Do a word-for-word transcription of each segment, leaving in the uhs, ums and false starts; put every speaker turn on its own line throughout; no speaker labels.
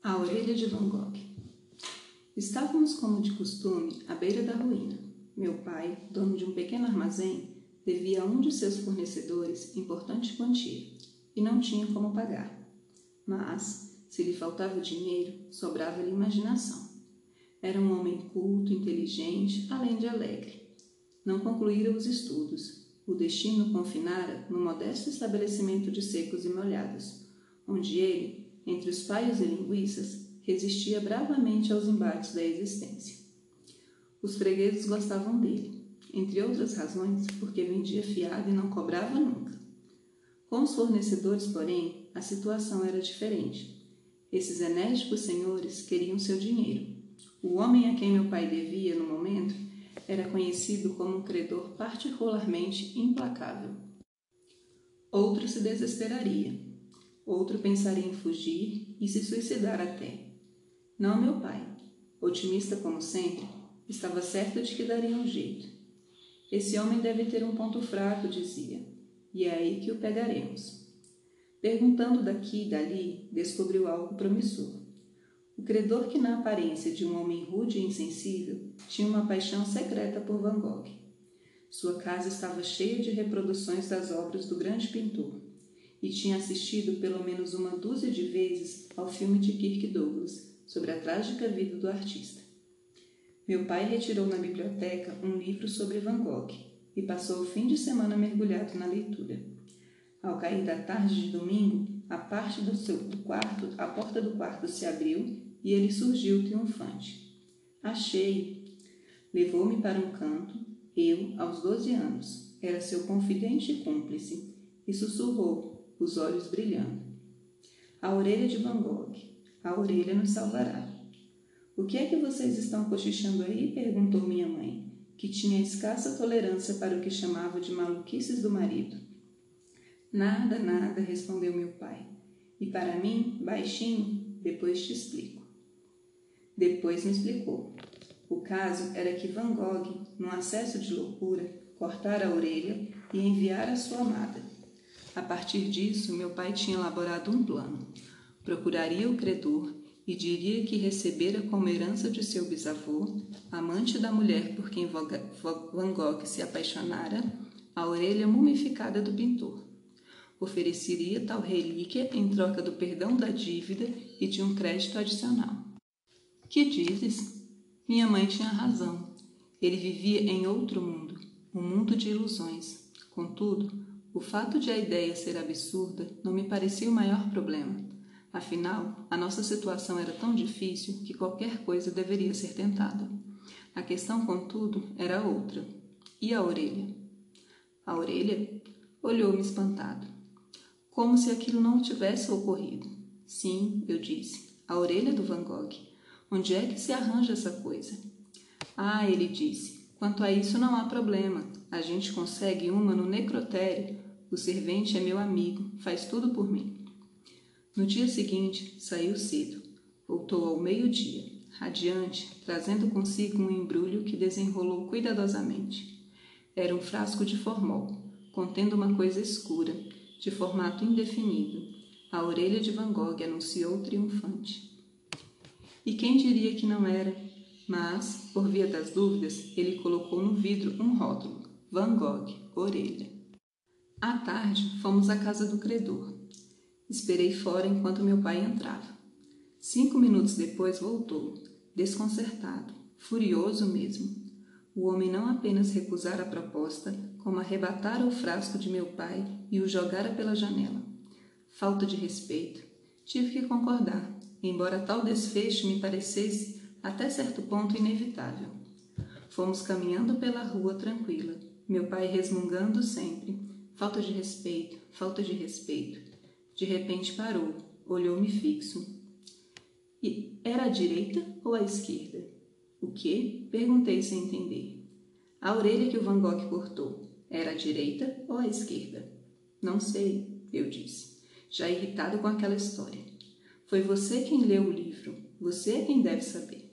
A orelha de Van Gogh. Estávamos, como de costume, à beira da ruína. Meu pai, dono de um pequeno armazém, devia a um de seus fornecedores importante quantia e não tinha como pagar. Mas, se lhe faltava dinheiro, sobrava-lhe imaginação. Era um homem culto, inteligente, além de alegre. Não concluíra os estudos. O destino o confinara no modesto estabelecimento de secos e molhados, onde ele, entre os paios e linguiças, resistia bravamente aos embates da existência. Os fregueses gostavam dele, entre outras razões, porque vendia fiado e não cobrava nunca. Com os fornecedores, porém, a situação era diferente. Esses enérgicos senhores queriam seu dinheiro. O homem a quem meu pai devia, no momento, era conhecido como um credor particularmente implacável. Outro se desesperaria. Outro pensaria em fugir e se suicidar até. Não meu pai, otimista como sempre, estava certo de que daria um jeito. Esse homem deve ter um ponto fraco, dizia, e é aí que o pegaremos. Perguntando daqui e dali, descobriu algo promissor. O credor, que na aparência de um homem rude e insensível, tinha uma paixão secreta por Van Gogh. Sua casa estava cheia de reproduções das obras do grande pintor, e tinha assistido pelo menos uma dúzia de vezes ao filme de Kirk Douglas sobre a trágica vida do artista. Meu pai retirou na biblioteca um livro sobre Van Gogh e passou o fim de semana mergulhado na leitura. Ao cair da tarde de domingo, a parte do seu do quarto, a porta do quarto se abriu e ele surgiu triunfante. Achei! Levou-me para um canto. Eu, aos doze anos, era seu confidente e cúmplice, e sussurrou, os olhos brilhando. A orelha de Van Gogh. A orelha nos salvará. O que é que vocês estão cochichando aí? Perguntou minha mãe, que tinha escassa tolerância para o que chamava de maluquices do marido. Nada, nada, respondeu meu pai. E para mim, baixinho, depois te explico. Depois me explicou. O caso era que Van Gogh, num acesso de loucura, cortara a orelha e enviara a sua amada. A partir disso, meu pai tinha elaborado um plano. Procuraria o credor e diria que recebera como herança de seu bisavô, amante da mulher por quem Van Gogh se apaixonara, a orelha mumificada do pintor. Ofereceria tal relíquia em troca do perdão da dívida e de um crédito adicional. Que dizes? Minha mãe tinha razão. Ele vivia em outro mundo, um mundo de ilusões. Contudo, o fato de a ideia ser absurda não me parecia o maior problema. Afinal, a nossa situação era tão difícil que qualquer coisa deveria ser tentada. A questão, contudo, era outra. E a orelha? A orelha? Olhou-me espantado. Como se aquilo não tivesse ocorrido. Sim, eu disse, a orelha do Van Gogh. Onde é que se arranja essa coisa? Ah, ele disse, quanto a isso não há problema. A gente consegue uma no necrotério. O servente é meu amigo, faz tudo por mim. No dia seguinte, saiu cedo. Voltou ao meio-dia, radiante, trazendo consigo um embrulho que desenrolou cuidadosamente. Era um frasco de formol, contendo uma coisa escura, de formato indefinido. A orelha de Van Gogh anunciou triunfante. E quem diria que não era? Mas, por via das dúvidas, ele colocou no vidro um rótulo. Van Gogh, orelha. À tarde, fomos à casa do credor. Esperei fora enquanto meu pai entrava. Cinco minutos depois voltou, desconcertado, furioso mesmo. O homem não apenas recusara a proposta, como arrebatara o frasco de meu pai e o jogara pela janela. Falta de respeito. Tive que concordar, embora tal desfecho me parecesse, até certo ponto, inevitável. Fomos caminhando pela rua tranquila, meu pai resmungando sempre. Falta de respeito, falta de respeito. De repente parou, olhou-me fixo. E era à direita ou à esquerda? O quê? Perguntei sem entender. A orelha que o Van Gogh cortou, era à direita ou à esquerda? Não sei, eu disse, já irritado com aquela história. Foi você quem leu o livro, você é quem deve saber.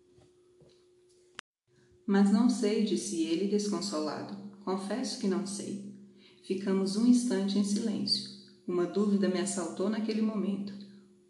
Mas não sei, disse ele desconsolado. Confesso que não sei. Ficamos um instante em silêncio. Uma dúvida me assaltou naquele momento.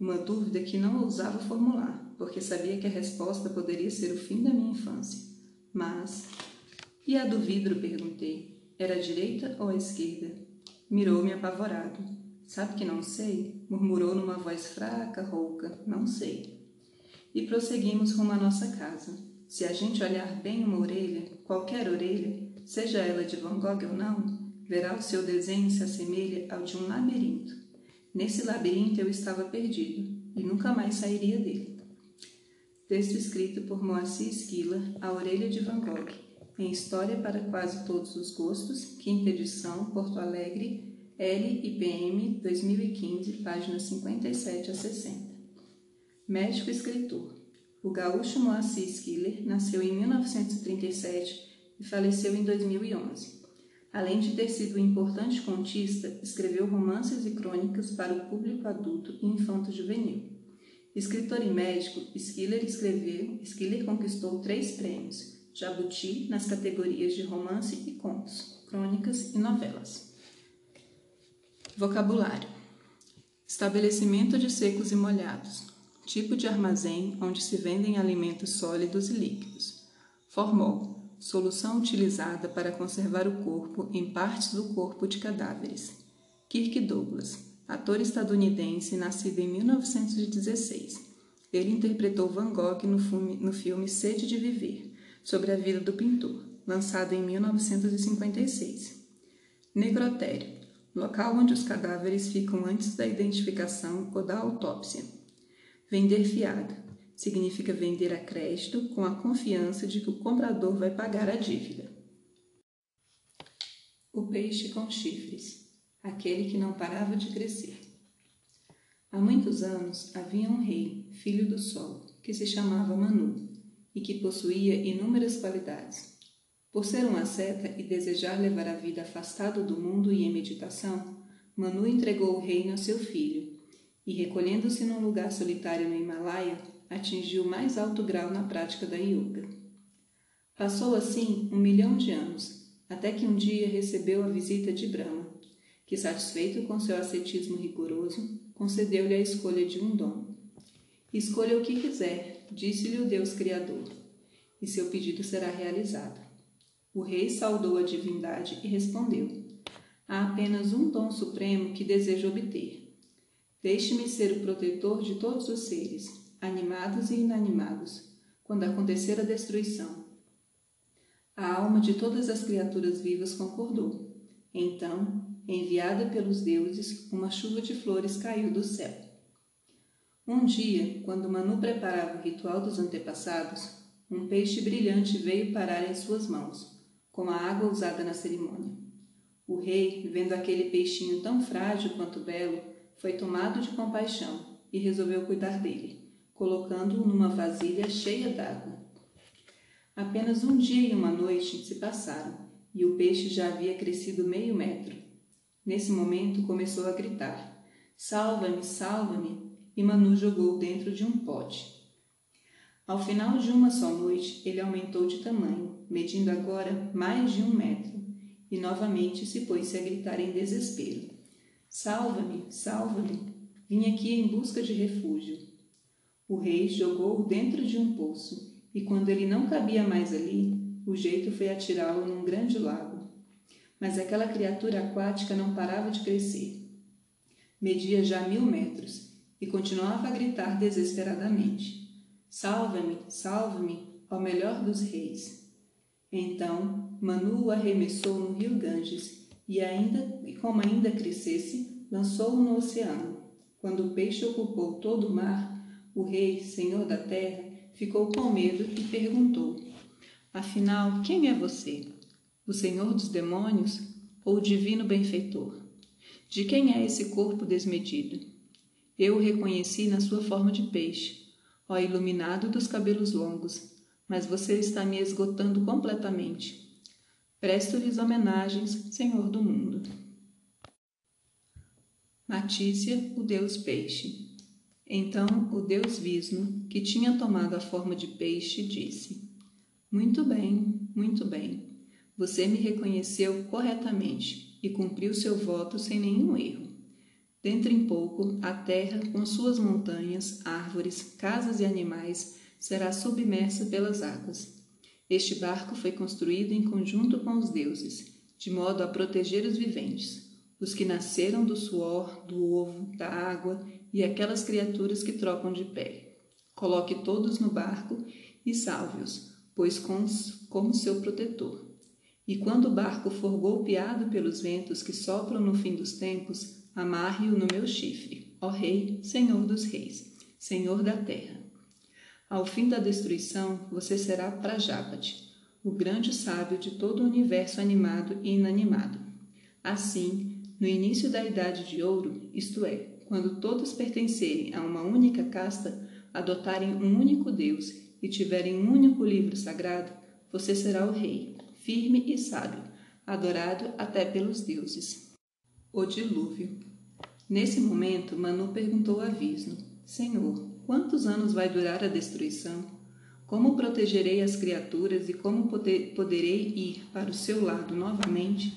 uma dúvida que não ousava formular, porque sabia que a resposta poderia ser o fim da minha infância. Mas... E a do vidro? Perguntei. Era a direita ou a esquerda? Mirou-me apavorado. Sabe que não sei? Murmurou numa voz fraca, rouca. Não sei. E prosseguimos rumo à nossa casa. Se a gente olhar bem uma orelha, qualquer orelha, seja ela de Van Gogh ou não, verá o seu desenho se assemelha ao de um labirinto. Nesse labirinto eu estava perdido e nunca mais sairia dele. Texto escrito por Moacir Skiller, A Orelha de Van Gogh, em História para Quase Todos os Gostos, quinta edição, Porto Alegre, L I P M, dois mil e quinze, páginas cinquenta e sete a sessenta. Médico e escritor. O gaúcho Moacir Skiller nasceu em mil novecentos e trinta e sete e faleceu em dois mil e onze. Além de ter sido um importante contista, escreveu romances e crônicas para o público adulto e infanto-juvenil. Escritor e médico, Skiller escreveu, Skiller conquistou três prêmios, Jabuti, nas categorias de romance e contos, crônicas e novelas. Vocabulário. Estabelecimento de secos e molhados. Tipo de armazém onde se vendem alimentos sólidos e líquidos. Formol. Solução utilizada para conservar o corpo em partes do corpo de cadáveres. Kirk Douglas, ator estadunidense nascido em mil novecentos e dezesseis. Ele interpretou Van Gogh no filme, no filme Sede de Viver, sobre a vida do pintor, lançado em mil novecentos e cinquenta e seis. Necrotério, local onde os cadáveres ficam antes da identificação ou da autópsia. Vender fiado. Significa vender a crédito com a confiança de que o comprador vai pagar a dívida. O peixe com chifres, aquele que não parava de crescer. Há muitos anos havia um rei, filho do sol, que se chamava Manu e que possuía inúmeras qualidades. Por ser um asceta e desejar levar a vida afastado do mundo e em meditação, Manu entregou o reino a seu filho e, recolhendo-se num lugar solitário no Himalaia, atingiu o mais alto grau na prática da yoga. Passou assim um milhão de anos, até que um dia recebeu a visita de Brahma, que, satisfeito com seu ascetismo rigoroso, concedeu-lhe a escolha de um dom. Escolha o que quiser, disse-lhe o Deus Criador, e seu pedido será realizado. O rei saudou a divindade e respondeu: há apenas um dom supremo que desejo obter. Deixe-me ser o protetor de todos os seres, animados e inanimados, quando acontecer a destruição. A alma de todas as criaturas vivas concordou. Então, enviada pelos deuses, uma chuva de flores caiu do céu. Um dia, quando Manu preparava o ritual dos antepassados, um peixe brilhante veio parar em suas mãos, com a água usada na cerimônia. O rei, vendo aquele peixinho tão frágil quanto belo, foi tomado de compaixão e resolveu cuidar dele, colocando-o numa vasilha cheia d'água. Apenas um dia e uma noite se passaram, e o peixe já havia crescido meio metro. Nesse momento começou a gritar: salva-me, salva-me, e Manu jogou dentro de um pote. Ao final de uma só noite, ele aumentou de tamanho, medindo agora mais de um metro, e novamente se pôs-se a gritar em desespero: salva-me, salva-me, vim aqui em busca de refúgio. O rei jogou-o dentro de um poço, e quando ele não cabia mais ali, o jeito foi atirá-lo num grande lago. Mas aquela criatura aquática não parava de crescer. Media já mil metros, e continuava a gritar desesperadamente: salva-me, salva-me, ó melhor dos reis. Então, Manu o arremessou no rio Ganges, e, ainda, e como ainda crescesse, lançou-o no oceano. Quando o peixe ocupou todo o mar, o rei, senhor da terra, ficou com medo e perguntou: afinal, quem é você? O senhor dos demônios ou o divino benfeitor? De quem é esse corpo desmedido? Eu o reconheci na sua forma de peixe, ó iluminado dos cabelos longos, mas você está me esgotando completamente. Presto-lhes homenagens, senhor do mundo. Matícia, o deus peixe. Então o deus Vishnu, que tinha tomado a forma de peixe, disse: muito bem, muito bem. Você me reconheceu corretamente e cumpriu seu voto sem nenhum erro. Dentro em pouco, a terra, com suas montanhas, árvores, casas e animais, será submersa pelas águas. Este barco foi construído em conjunto com os deuses, de modo a proteger os viventes, os que nasceram do suor, do ovo, da água e aquelas criaturas que trocam de pele. Coloque todos no barco e salve-os, pois como seu protetor. E quando o barco for golpeado pelos ventos que sopram no fim dos tempos, amarre-o no meu chifre, ó Rei, Senhor dos reis, Senhor da terra. Ao fim da destruição, você será Prajapati, o grande sábio de todo o universo animado e inanimado. Assim, no início da Idade de Ouro, isto é, quando todos pertencerem a uma única casta, adotarem um único Deus e tiverem um único livro sagrado, você será o rei, firme e sábio, adorado até pelos deuses. O dilúvio. Nesse momento, Manu perguntou a Vishnu: Senhor, quantos anos vai durar a destruição? Como protegerei as criaturas e como poder, poderei ir para o seu lado novamente?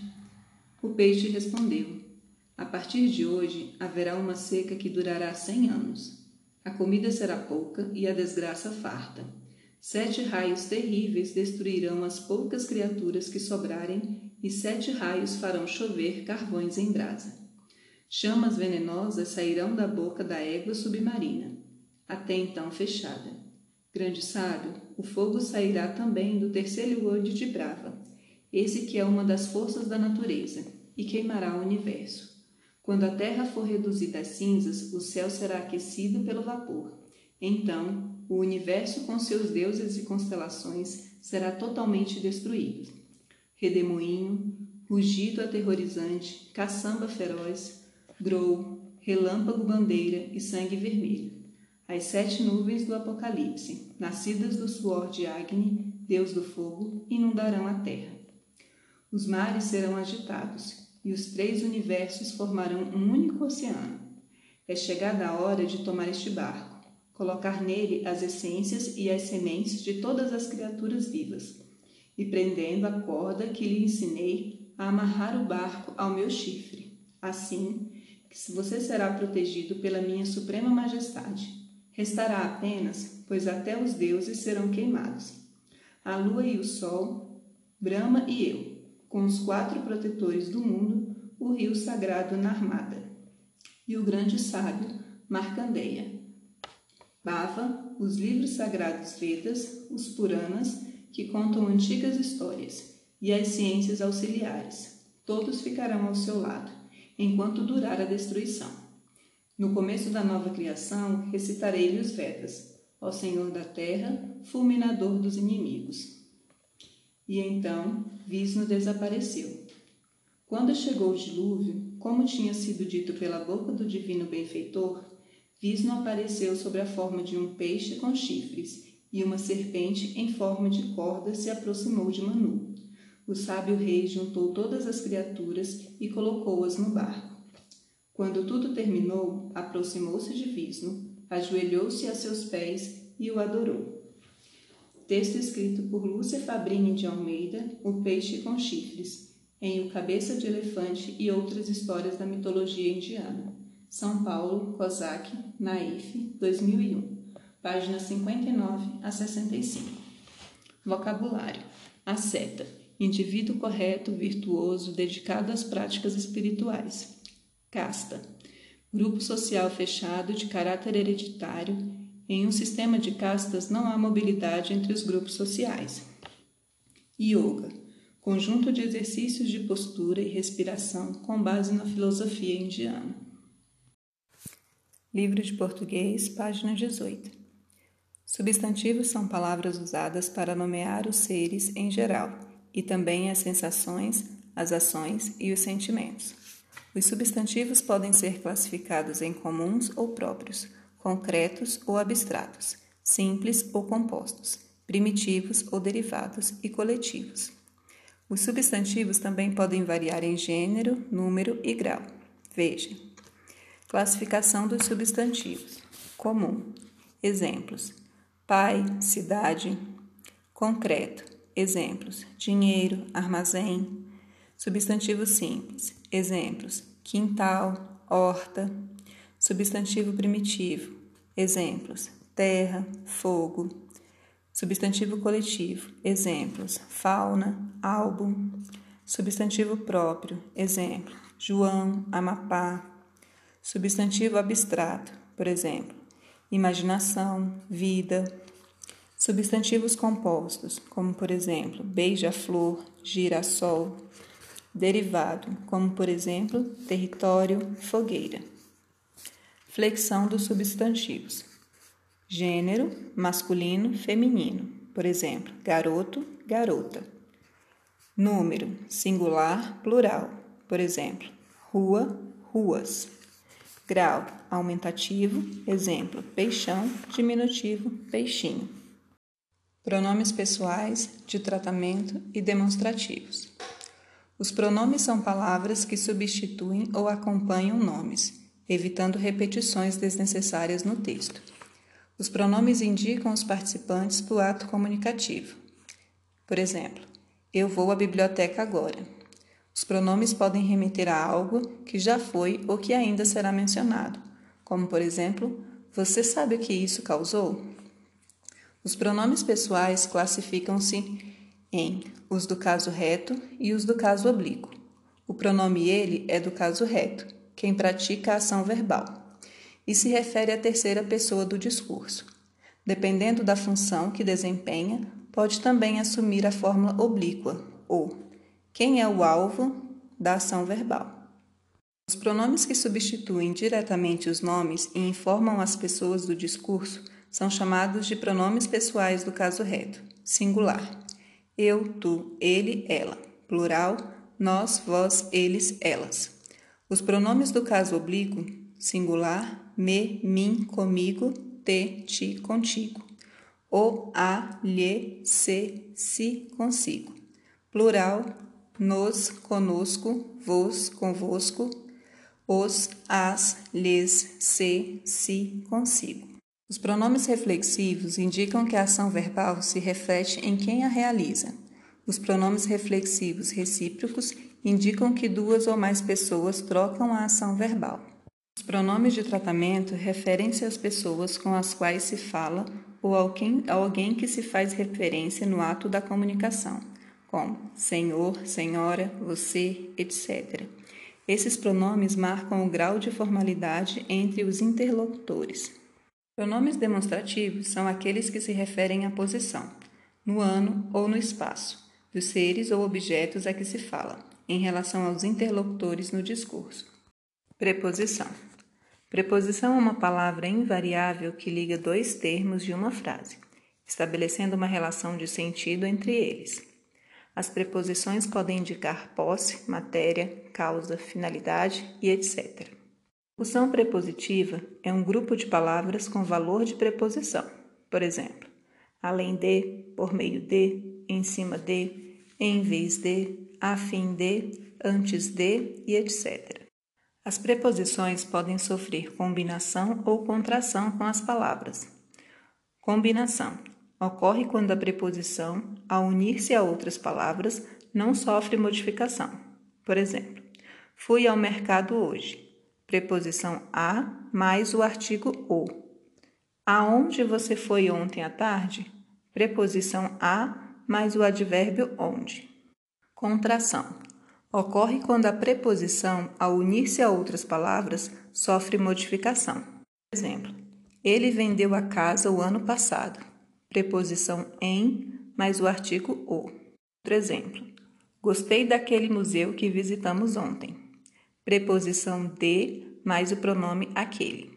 O peixe respondeu: A partir de hoje haverá uma seca que durará cem anos. A comida será pouca e a desgraça farta. Sete raios terríveis destruirão as poucas criaturas que sobrarem e sete raios farão chover carvões em brasa. Chamas venenosas sairão da boca da égua submarina, até então fechada. Grande sábio, o fogo sairá também do terceiro olho de Brava, esse que é uma das forças da natureza, e queimará o universo. Quando a terra for reduzida às cinzas, o céu será aquecido pelo vapor. Então, o universo com seus deuses e constelações será totalmente destruído. Redemoinho, rugido aterrorizante, caçamba feroz, grou, relâmpago bandeira e sangue vermelho. As sete nuvens do Apocalipse, nascidas do suor de Agni, deus do fogo, inundarão a terra. Os mares serão agitados, e os três universos formarão um único oceano. É chegada a hora de tomar este barco, colocar nele as essências e as sementes de todas as criaturas vivas, e prendendo a corda que lhe ensinei a amarrar o barco ao meu chifre. Assim, que você será protegido pela minha suprema majestade. Restará apenas, pois até os deuses serão queimados. A lua e o sol, Brahma e eu, com os quatro protetores do mundo, o rio sagrado Narmada, e o grande sábio Markandeya. Bhava, os livros sagrados Vedas, os Puranas, que contam antigas histórias, e as ciências auxiliares. Todos ficarão ao seu lado, enquanto durar a destruição. No começo da nova criação, recitarei-lhe os Vedas, ó Senhor da terra, fulminador dos inimigos. E então Vishnu desapareceu. Quando chegou o dilúvio, como tinha sido dito pela boca do divino benfeitor, Vishnu apareceu sob a forma de um peixe com chifres, e uma serpente em forma de corda se aproximou de Manu. O sábio rei juntou todas as criaturas e colocou-as no barco. Quando tudo terminou, aproximou-se de Vishnu, ajoelhou-se a seus pés e o adorou. Texto escrito por Lúcia Fabrini de Almeida, O Peixe com Chifres, em O Cabeça de Elefante e Outras Histórias da Mitologia Indiana. São Paulo, Kozak, Naif, dois mil e um. Páginas cinquenta e nove a sessenta e cinco. Vocabulário. Asceta. Indivíduo correto, virtuoso, dedicado às práticas espirituais. Casta. Grupo social fechado de caráter hereditário. Em um sistema de castas não há mobilidade entre os grupos sociais. Yoga. Conjunto de exercícios de postura e respiração com base na filosofia indiana. Livro de Português, página dezoito. Substantivos são palavras usadas para nomear os seres em geral, e também as sensações, as ações e os sentimentos. Os substantivos podem ser classificados em comuns ou próprios, concretos ou abstratos, simples ou compostos, primitivos ou derivados e coletivos. Os substantivos também podem variar em gênero, número e grau. Veja. Classificação dos substantivos. Comum. Exemplos: pai, cidade. Concreto. Exemplos: dinheiro, armazém. Substantivo simples. Exemplos: quintal, horta. Substantivo primitivo. Exemplos: terra, fogo. Substantivo coletivo. Exemplos: fauna, álbum. Substantivo próprio. Exemplo: João, Amapá. Substantivo abstrato. Por exemplo: imaginação, vida. Substantivos compostos, como por exemplo, beija-flor, girassol. Derivado, como por exemplo, território, fogueira. Flexão dos substantivos. Gênero, masculino, feminino. Por exemplo, garoto, garota. Número, singular, plural. Por exemplo, rua, ruas. Grau, aumentativo. Exemplo, peixão, diminutivo, peixinho. Pronomes pessoais, de tratamento e demonstrativos. Os pronomes são palavras que substituem ou acompanham nomes, evitando repetições desnecessárias no texto. Os pronomes indicam os participantes do ato comunicativo. Por exemplo, eu vou à biblioteca agora. Os pronomes podem remeter a algo que já foi ou que ainda será mencionado, como por exemplo, você sabe o que isso causou? Os pronomes pessoais classificam-se em os do caso reto e os do caso oblíquo. O pronome ele é do caso reto, quem pratica a ação verbal, e se refere à terceira pessoa do discurso. Dependendo da função que desempenha, pode também assumir a forma oblíqua, ou quem é o alvo da ação verbal. Os pronomes que substituem diretamente os nomes e informam as pessoas do discurso são chamados de pronomes pessoais do caso reto, singular. Eu, tu, ele, ela. Plural, nós, vós, eles, elas. Os pronomes do caso oblíquo, singular, me, mim, comigo, te, ti, contigo. O, a, lhe, se, si, consigo. Plural, nos, conosco, vos, convosco. Os, as, lhes, se, si, consigo. Os pronomes reflexivos indicam que a ação verbal se reflete em quem a realiza. Os pronomes reflexivos recíprocos indicam que duas ou mais pessoas trocam a ação verbal. Os pronomes de tratamento referem-se às pessoas com as quais se fala ou a alguém que se faz referência no ato da comunicação, como senhor, senhora, você, etcétera. Esses pronomes marcam o grau de formalidade entre os interlocutores. Pronomes demonstrativos são aqueles que se referem à posição, no ano ou no espaço, dos seres ou objetos a que se fala, em relação aos interlocutores no discurso. Preposição. Preposição é uma palavra invariável que liga dois termos de uma frase, estabelecendo uma relação de sentido entre eles. As preposições podem indicar posse, matéria, causa, finalidade e etcétera. Locução prepositiva é um grupo de palavras com valor de preposição. Por exemplo, além de, por meio de, em cima de, em vez de, a fim de, antes de e etcétera. As preposições podem sofrer combinação ou contração com as palavras. Combinação ocorre quando a preposição, ao unir-se a outras palavras, não sofre modificação. Por exemplo, fui ao mercado hoje. Preposição a mais o artigo o. Aonde você foi ontem à tarde? Preposição a mais o advérbio onde. Contração. Ocorre quando a preposição, ao unir-se a outras palavras, sofre modificação. Por exemplo, ele vendeu a casa o ano passado. Preposição em mais o artigo o. Outro exemplo. Gostei daquele museu que visitamos ontem. Preposição de mais o pronome aquele.